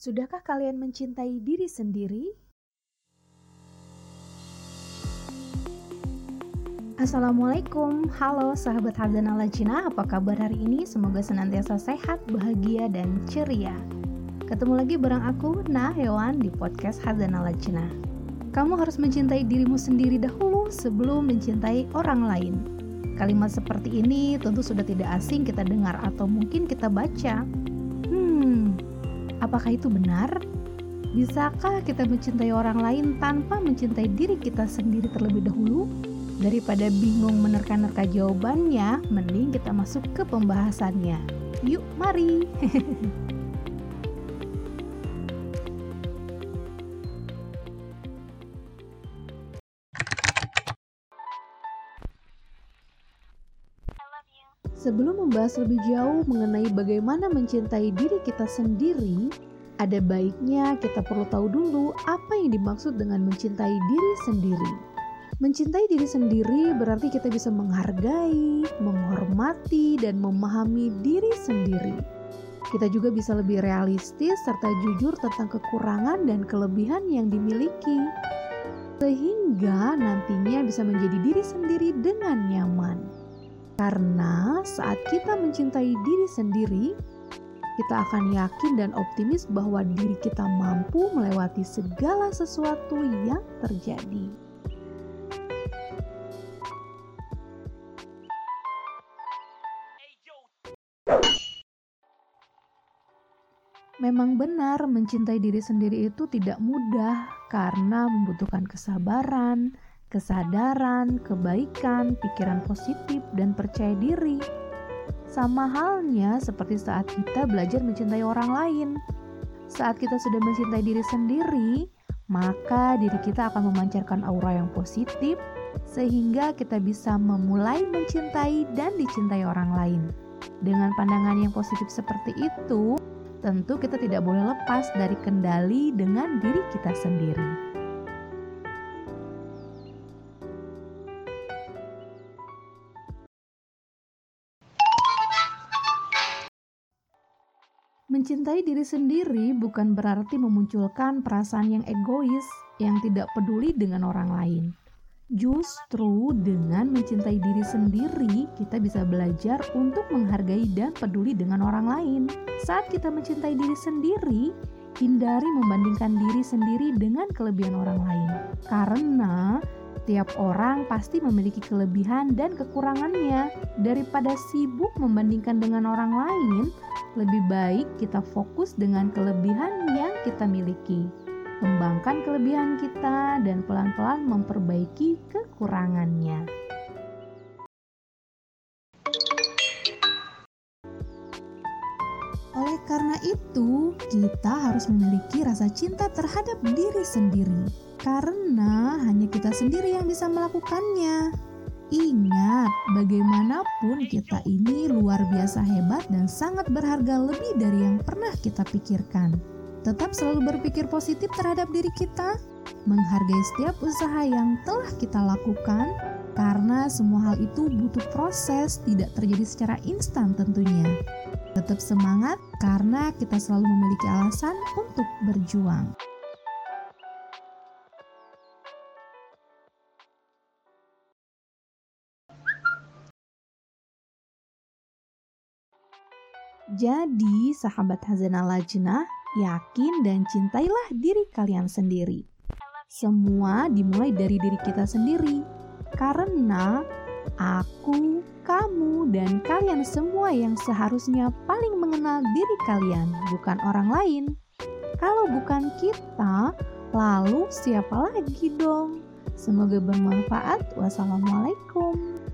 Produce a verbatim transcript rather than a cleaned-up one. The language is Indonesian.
Sudahkah kalian mencintai diri sendiri? Assalamualaikum, halo sahabat Hazanah Lajnah, apa kabar hari ini? Semoga senantiasa sehat, bahagia, dan ceria. Ketemu lagi bareng aku, Nah Hewan, di podcast Hazanah Lajnah. Kamu harus mencintai dirimu sendiri dahulu sebelum mencintai orang lain. Kalimat seperti ini tentu sudah tidak asing kita dengar atau mungkin kita baca. Hmm, apakah itu benar? Bisakah kita mencintai orang lain tanpa mencintai diri kita sendiri terlebih dahulu? Daripada bingung menerka-nerka jawabannya, mending kita masuk ke pembahasannya. Yuk, mari! Sebelum membahas lebih jauh mengenai bagaimana mencintai diri kita sendiri, ada baiknya kita perlu tahu dulu apa yang dimaksud dengan mencintai diri sendiri. Mencintai diri sendiri berarti kita bisa menghargai, menghormati, dan memahami diri sendiri. Kita juga bisa lebih realistis serta jujur tentang kekurangan dan kelebihan yang dimiliki, sehingga nantinya bisa menjadi diri sendiri dengan nyaman. Karena saat kita mencintai diri sendiri, kita akan yakin dan optimis bahwa diri kita mampu melewati segala sesuatu yang terjadi. Memang benar, mencintai diri sendiri itu tidak mudah karena membutuhkan kesabaran, kesadaran, kebaikan, pikiran positif, dan percaya diri. Sama halnya seperti saat kita belajar mencintai orang lain. Saat kita sudah mencintai diri sendiri, maka diri kita akan memancarkan aura yang positif, sehingga kita bisa memulai mencintai dan dicintai orang lain. Dengan pandangan yang positif seperti itu, tentu kita tidak boleh lepas dari kendali dengan diri kita sendiri. Mencintai diri sendiri bukan berarti memunculkan perasaan yang egois, yang tidak peduli dengan orang lain. Justru dengan mencintai diri sendiri, kita bisa belajar untuk menghargai dan peduli dengan orang lain. Saat kita mencintai diri sendiri, hindari membandingkan diri sendiri dengan kelebihan orang lain. Karena tiap orang pasti memiliki kelebihan dan kekurangannya. Daripada sibuk membandingkan dengan orang lain, lebih baik kita fokus dengan kelebihan yang kita miliki. Kembangkan kelebihan kita dan pelan-pelan memperbaiki kekurangannya. Oleh karena itu, kita harus memiliki rasa cinta terhadap diri sendiri. Karena hanya kita sendiri yang bisa melakukannya. Ingat, bagaimanapun kita ini luar biasa hebat dan sangat berharga lebih dari yang pernah kita pikirkan. Tetap selalu berpikir positif terhadap diri kita, menghargai setiap usaha yang telah kita lakukan, karena semua hal itu butuh proses, tidak terjadi secara instan tentunya. Tetap semangat karena kita selalu memiliki alasan untuk berjuang. Jadi, sahabat Hazanah Lajnah, yakin dan cintailah diri kalian sendiri. Semua dimulai dari diri kita sendiri. Karena aku, kamu, dan kalian semua yang seharusnya paling mengenal diri kalian, bukan orang lain. Kalau bukan kita, lalu siapa lagi dong? Semoga bermanfaat. Wassalamualaikum.